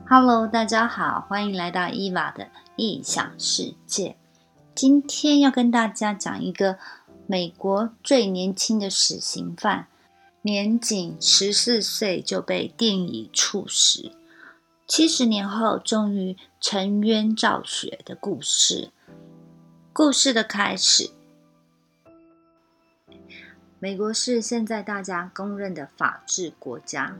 Hello，大家好，欢迎来到伊娃的异想世界。今天要跟大家讲一个美国最年轻的死刑犯，年仅14岁就被电椅处死，70年后终于沉冤昭雪的故事。故事的开始，美国是现在大家公认的法治国家。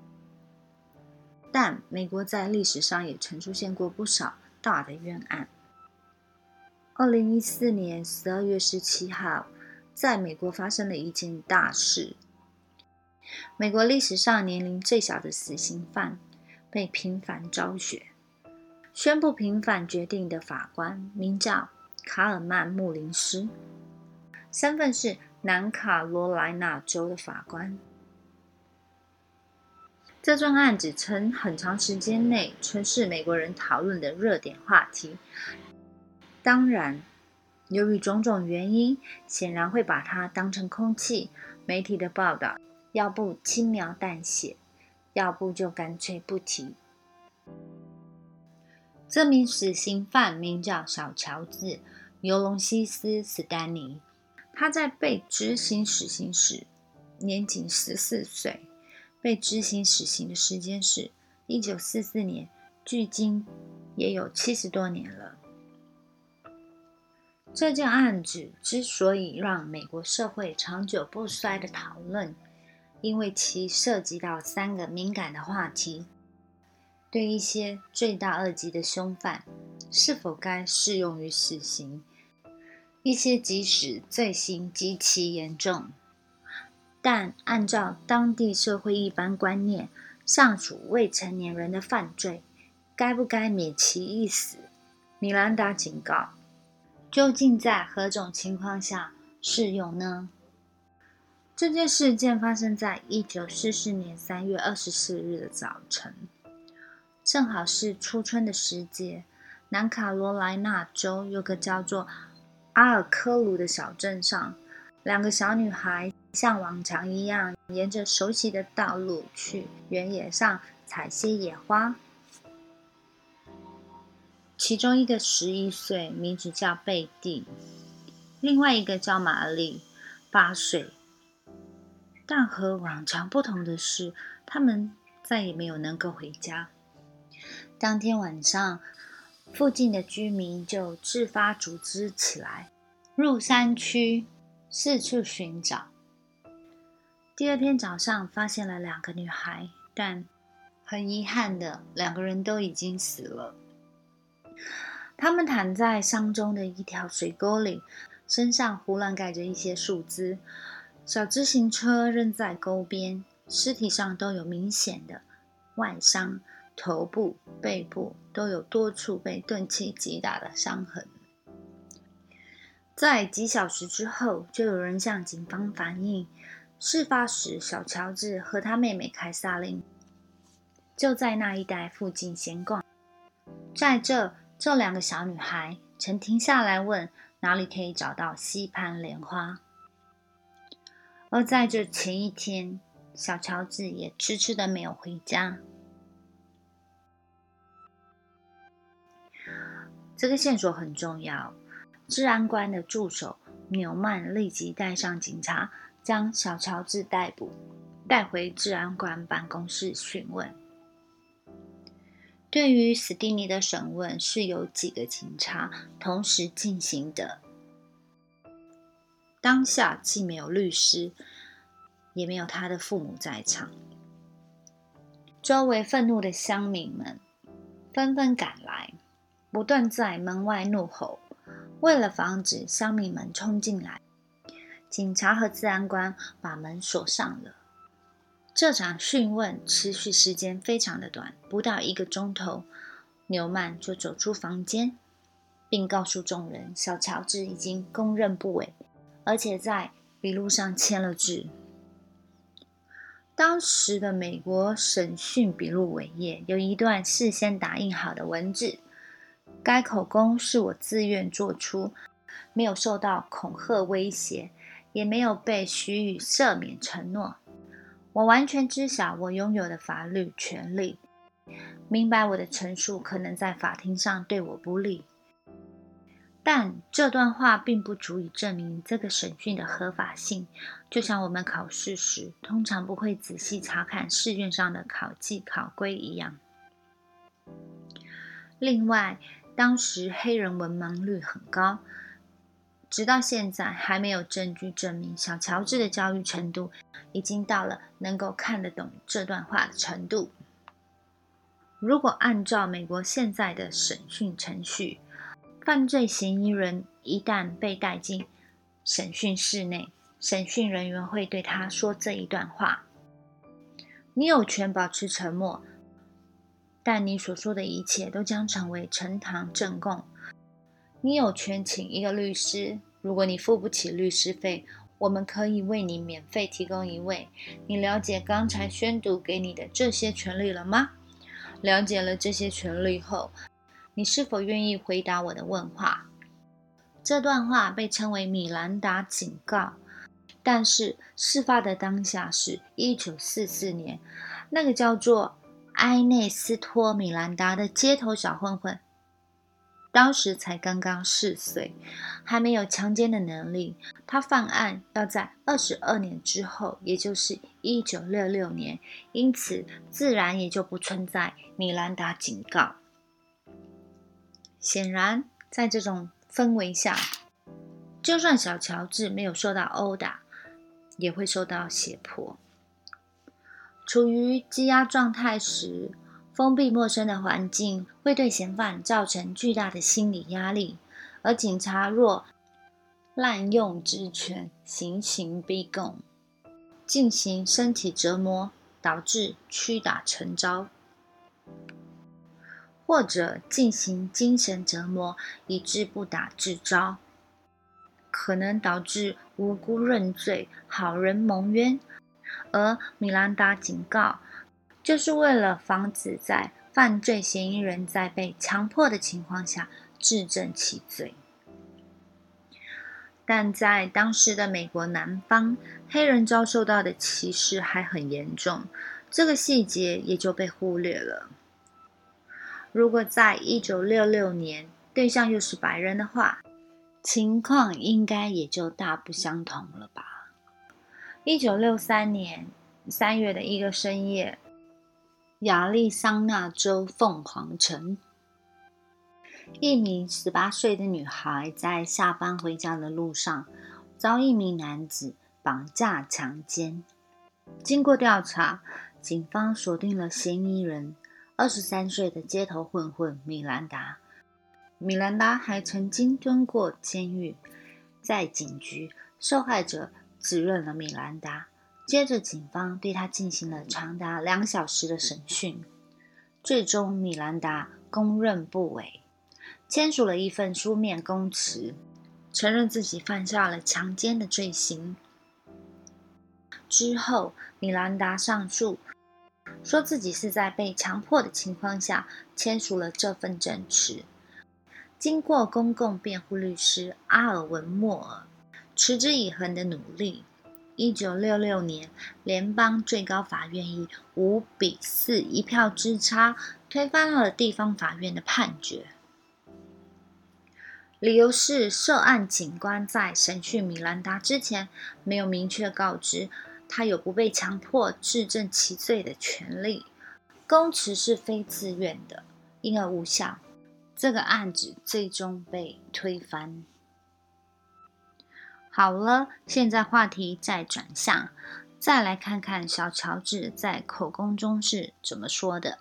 但美国在历史上也曾出现过不少大的冤案。2014年12月17号，在美国发生了一件大事。美国历史上年龄最小的死刑犯被平反昭雪。宣布平反决定的法官名叫卡尔曼·穆林斯，身份是南卡罗来纳州的法官。这宗案子曾很长时间内曾是美国人讨论的热点话题。当然，由于种种原因，显然会把它当成空气，媒体的报道要不轻描淡写，要不就干脆不提。这名死刑犯名叫小乔治·尤隆西斯·史丹尼，他在被执行死刑时年仅14岁。被执行死刑的时间是1944年，距今也有70多年了。这件案子之所以让美国社会长久不衰的讨论，因为其涉及到3个敏感的话题：对一些罪大恶极的凶犯，是否该适用于死刑；一些即使罪行极其严重，但按照当地社会一般观念，尚属未成年人的犯罪，该不该免其一死？米兰达警告，究竟在何种情况下适用呢？这件事件发生在1944年3月24日的早晨，正好是初春的时节。南卡罗来纳州有个叫做阿尔科鲁的小镇上，2个小女孩像往常一样，沿着熟悉的道路去原野上采些野花。其中一个11岁，名字叫贝蒂；另外一个叫玛丽，8岁。但和往常不同的是，他们再也没有能够回家。当天晚上，附近的居民就自发组织起来，入山区四处寻找。第二天早上发现了2个女孩，但很遗憾的，2个人都已经死了。她们躺在山中的一条水沟里，身上胡乱盖着一些树枝。小自行车扔在沟边，尸体上都有明显的外伤，头部、背部都有多处被钝器击打的伤痕。在几小时之后，就有人向警方反映，事发时小乔治和他妹妹凯撒琳就在那一带附近闲逛。在这2个小女孩曾停下来问哪里可以找到溪畔莲花。而在这前一天，小乔治也迟迟的没有回家。这个线索很重要。治安官的助手纽曼立即带上警察，将小乔治逮捕，带回治安官办公室讯问。对于史蒂尼的审问是由几个警察同时进行的。当下既没有律师，也没有他的父母在场。周围愤怒的乡民们纷纷赶来，不断在门外怒吼。为了防止乡民们冲进来，警察和治安官把门锁上了。这场讯问持续时间非常的短，不到1个钟头，纽曼就走出房间，并告诉众人，小乔治已经供认不讳，而且在笔录上签了字。当时的美国审讯笔录尾页有一段事先打印好的文字，该口供是我自愿做出，没有受到恐吓威胁，也没有被许予赦免承诺。我完全知晓我拥有的法律权利， 明白我的陈述可能在法庭上对我不利，但这段话并不足以证明这个审讯的合法性，就像我们考试时通常不会仔细查看试卷上的考纪考规一样。另外，当时黑人文盲率很高，直到现在还没有证据证明小乔治的教育程度已经到了能够看得懂这段话的程度。如果按照美国现在的审讯程序，犯罪嫌疑人一旦被带进审讯室内，审讯人员会对他说这一段话：你有权保持沉默，但你所说的一切都将成为呈堂证供。你有权请一个律师，如果你付不起律师费，我们可以为你免费提供一位。你了解刚才宣读给你的这些权利了吗？了解了这些权利后，你是否愿意回答我的问话？这段话被称为米兰达警告，但是事发的当下是1944年，那个叫做埃内斯托·米兰达的街头小混混当时才刚刚4岁，还没有强奸的能力。他犯案要在22年之后，也就是1966年，因此自然也就不存在米兰达警告。显然，在这种氛围下，就算小乔治没有受到殴打，也会受到胁迫。处于羁押状态时，封闭陌生的环境会对嫌犯造成巨大的心理压力，而警察若滥用职权行刑逼供，进行身体折磨，导致屈打成招，或者进行精神折磨以致不打自招，可能导致无辜认罪，好人蒙冤。而米兰达警告就是为了防止在犯罪嫌疑人在被强迫的情况下自证其罪。但在当时的美国南方，黑人遭受到的歧视还很严重，这个细节也就被忽略了。如果在1966年对象又是白人的话，情况应该也就大不相同了吧。1963年3月的一个深夜，亚利桑那州凤凰城，一名18岁的女孩在下班回家的路上遭一名男子绑架强奸。经过调查，警方锁定了嫌疑人23岁的街头混混米兰达。米兰达还曾经蹲过监狱。在警局，受害者指认了米兰达，接着警方对他进行了长达2小时的审讯。最终米兰达供认不讳，签署了一份书面供词，承认自己犯下了强奸的罪行。之后米兰达上诉，说自己是在被强迫的情况下签署了这份证词。经过公共辩护律师阿尔文·莫尔持之以恒的努力，1966年联邦最高法院以5-4一票之差推翻了地方法院的判决。理由是涉案警官在审讯米兰达之前没有明确告知他有不被强迫自证其罪的权利，供词是非自愿的，因而无效。这个案子最终被推翻。好了，现在话题再转向，再来看看小乔治在口供中是怎么说的。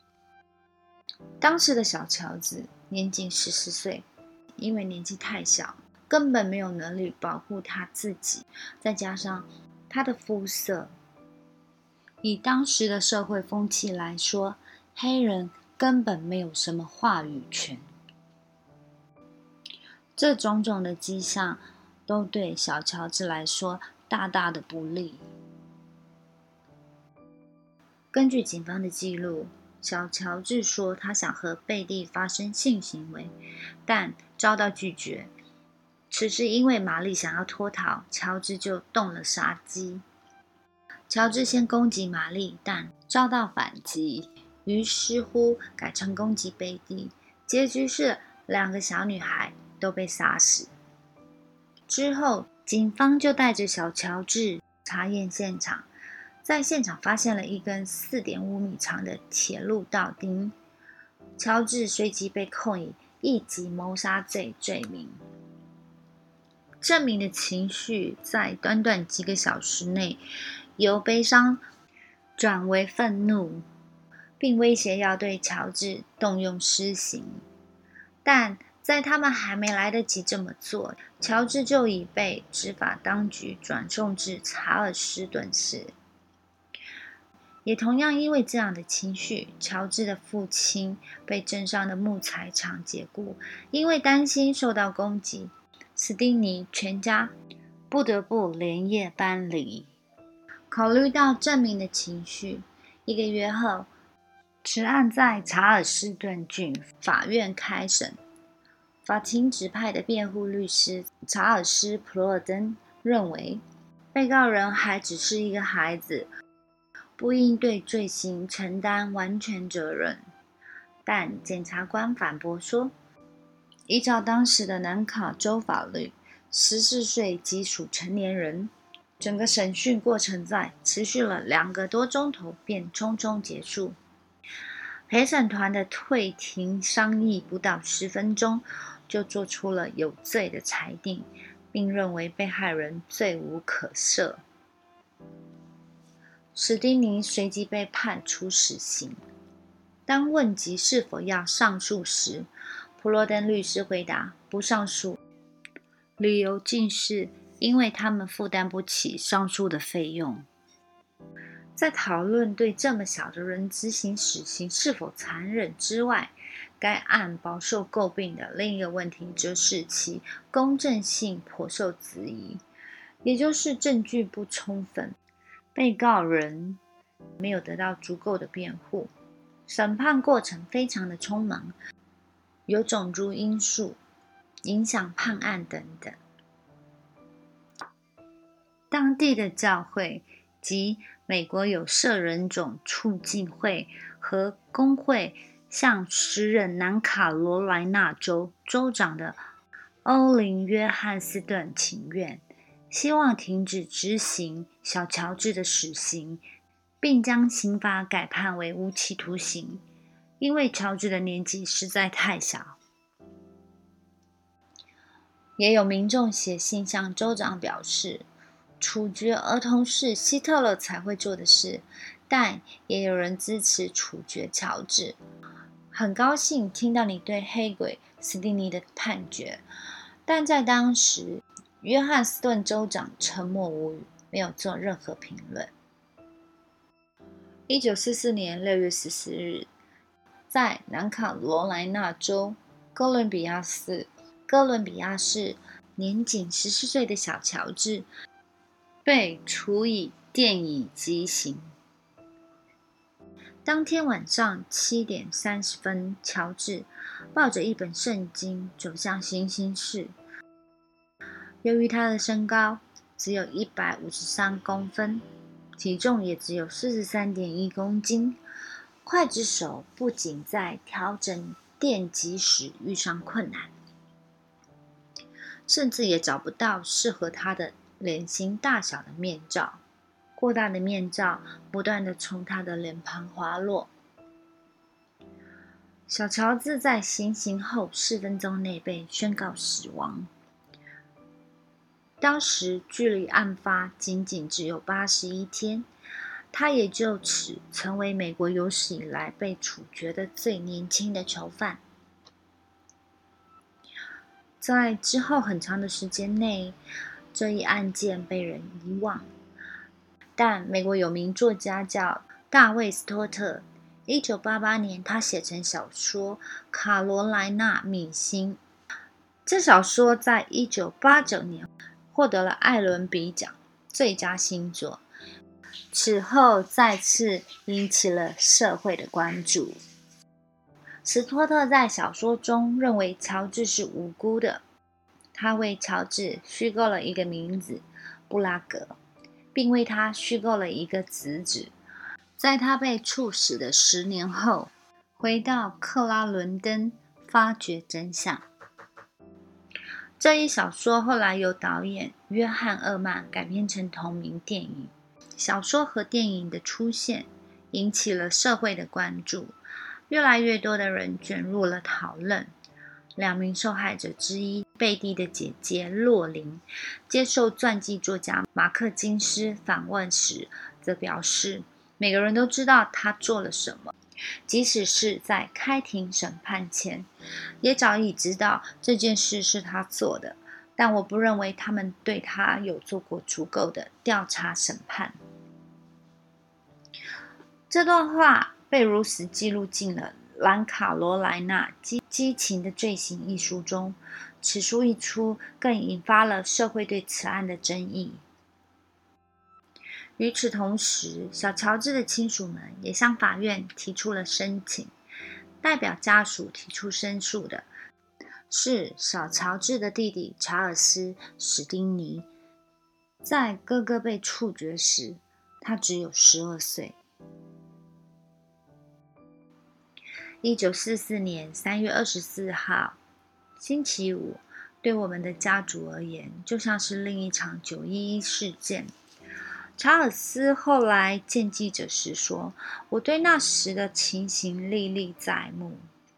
当时的小乔治年仅14岁，因为年纪太小，根本没有能力保护他自己，再加上他的肤色，以当时的社会风气来说，黑人根本没有什么话语权。这种种的迹象都对小乔治来说大大的不利。根据警方的记录，小乔治说他想和贝蒂发生性行为，但遭到拒绝。此时因为玛丽想要脱逃，乔治就动了杀机。乔治先攻击玛丽，但遭到反击。 于是乎改成攻击贝蒂，结局是2个小女孩都被杀死。之后，警方就带着小乔治查验现场，在现场发现了一根4.5米长的铁路道钉。乔治随即被控以1级谋杀罪罪名。郑明的情绪在短短几个小时内由悲伤转为愤怒，并威胁要对乔治动用私刑。但在他们还没来得及这么做，乔治就已被执法当局转送至查尔斯顿市。也同样因为这样的情绪，乔治的父亲被镇上的木材厂解雇，因为担心受到攻击，史蒂尼全家不得不连夜搬离。考虑到郑明的情绪，1个月后，此案在查尔斯顿郡法院开审。法庭指派的辩护律师查尔斯·普洛登认为，被告人还只是一个孩子，不应对罪行承担完全责任。但检察官反驳说，依照当时的南卡州法律，14岁即属成年人。整个审讯过程在持续了2个多钟头便匆匆结束。陪审团的退庭商议不到10分钟，就做出了有罪的裁定，并认为被害人罪无可赦。史蒂尼随即被判处死刑。当问及是否要上诉时，普洛登律师回答不上诉，理由竟是因为他们负担不起上诉的费用。在讨论对这么小的人执行死刑是否残忍之外，该案饱受诟病的另一个问题则是其公正性颇受质疑，也就是证据不充分，被告人没有得到足够的辩护，审判过程非常的匆忙，有种族因素影响判案等等。当地的教会及美国有色人种促进会和工会向时任南卡罗来纳州州长的欧林·约翰斯顿请愿，希望停止执行小乔治的死刑，并将刑罚改判为无期徒刑，因为乔治的年纪实在太小。也有民众写信向州长表示，处决儿童是希特勒才会做的事，但也有人支持处决乔治。很高兴听到你对黑鬼史蒂尼的判决，但在当时，约翰斯顿州长沉默无语，没有做任何评论。1944年6月14日，在南卡罗来纳州哥伦比亚市，年仅14岁的小乔治被处以电椅极刑。当天晚上7点30分，乔治抱着一本圣经走向行刑室。由于他的身高只有153公分，体重也只有43.1公斤，刽子手不仅在调整电极时遇上困难，甚至也找不到适合他的脸型大小的面罩。过大的面罩不断地从他的脸庞滑落。小乔治在行刑后4分钟内被宣告死亡。当时距离案发仅仅只有81天，他也就此成为美国有史以来被处决的最年轻的囚犯。在之后很长的时间内，这一案件被人遗忘。但美国有名作家叫大卫·斯托特，1988年他写成小说《卡罗莱纳明星》。这小说在1989年获得了艾伦比奖最佳新作，此后再次引起了社会的关注。斯托特在小说中认为乔治是无辜的，他为乔治虚构了一个名字布拉格，并为他虚构了一个侄子。 在他被处死的10年后，回到克拉伦登发掘真相。这一小说后来由导演约翰·厄曼改编成同名电影。小说和电影的出现引起了社会的关注，越来越多的人卷入了讨论。2名受害者之一，贝蒂的姐姐洛琳，接受传记作家马克金斯访问时则表示，每个人都知道他做了什么，即使是在开庭审判前，也早已知道这件事是他做的，但我不认为他们对他有做过足够的调查审判。这段话被如实记录进了南卡罗来纳激情的罪行一书中，此书一出，更引发了社会对此案的争议。与此同时，小乔治的亲属们也向法院提出了申请。代表家属提出申诉的是小乔治的弟弟查尔斯·史丁尼。在哥哥被处决时，他只有12岁。1944年3月24号，星期五，对我们的家族而言，就像是另一场911事件。查尔斯后来见记者时说：“我对那时的情形历历在目。”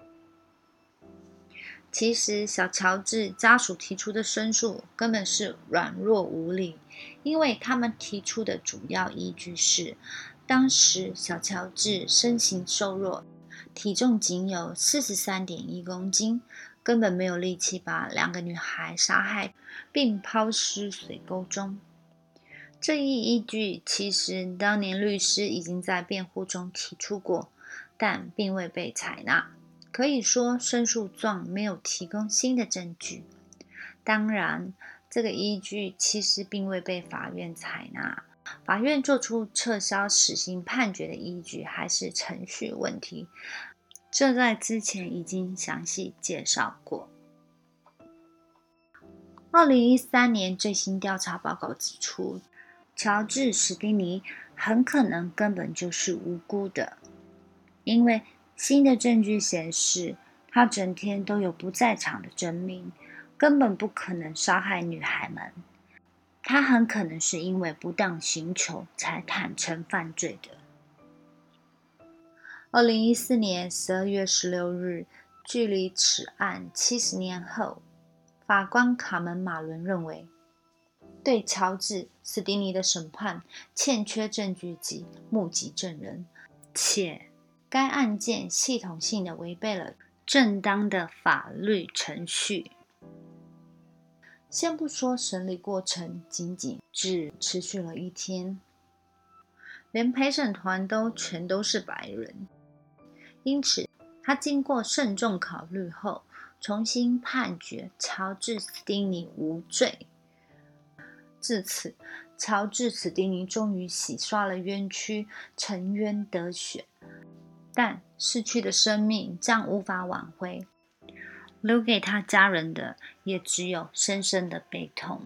其实，小乔治家属提出的申诉根本是软弱无力，因为他们提出的主要依据是，当时小乔治身形瘦弱，体重仅有43.1公斤，根本没有力气把2个女孩杀害并抛尸水沟中。这一依据其实当年律师已经在辩护中提出过，但并未被采纳。可以说申诉状没有提供新的证据。当然，这个依据其实并未被法院采纳。法院做出撤销死刑判决的依据还是程序问题，这在之前已经详细介绍过。2013年最新调查报告指出，乔治·史丁尼很可能根本就是无辜的，因为新的证据显示，他整天都有不在场的证明，根本不可能杀害女孩们。他很可能是因为不当刑求才坦诚犯罪的。2014年12月16日，距离此案70年后，法官卡门·马伦认为，对乔治·史丁尼的审判欠缺证据及目击证人，且该案件系统性地违背了正当的法律程序。先不说审理过程仅只持续了1天，连陪审团全都是白人，因此他经过慎重考虑后，重新判决乔治·史丁尼无罪。至此，乔治·史丁尼终于洗刷了冤屈，沉冤得雪。但逝去的生命将无法挽回，留给他家人的也只有深深的悲痛。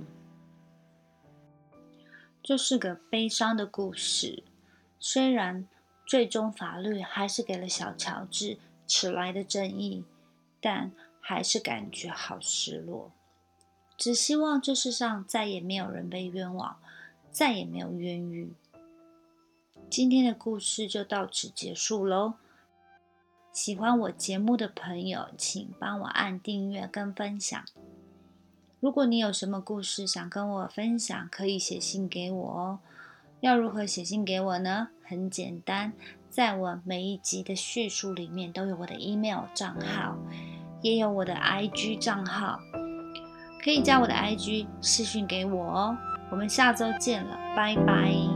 这是个悲伤的故事，虽然最终法律还是给了小乔治迟来的正义，但还是感觉好失落。只希望这世上再也没有人被冤枉，再也没有冤狱。今天的故事就到此结束咯。喜欢我节目的朋友，请帮我按订阅跟分享。如果你有什么故事想跟我分享，可以写信给我哦。要如何写信给我呢？很简单，在我每一集的叙述里面都有我的 email 账号，也有我的 IG 账号，可以加我的 IG 私讯给我哦。我们下周见了，拜拜。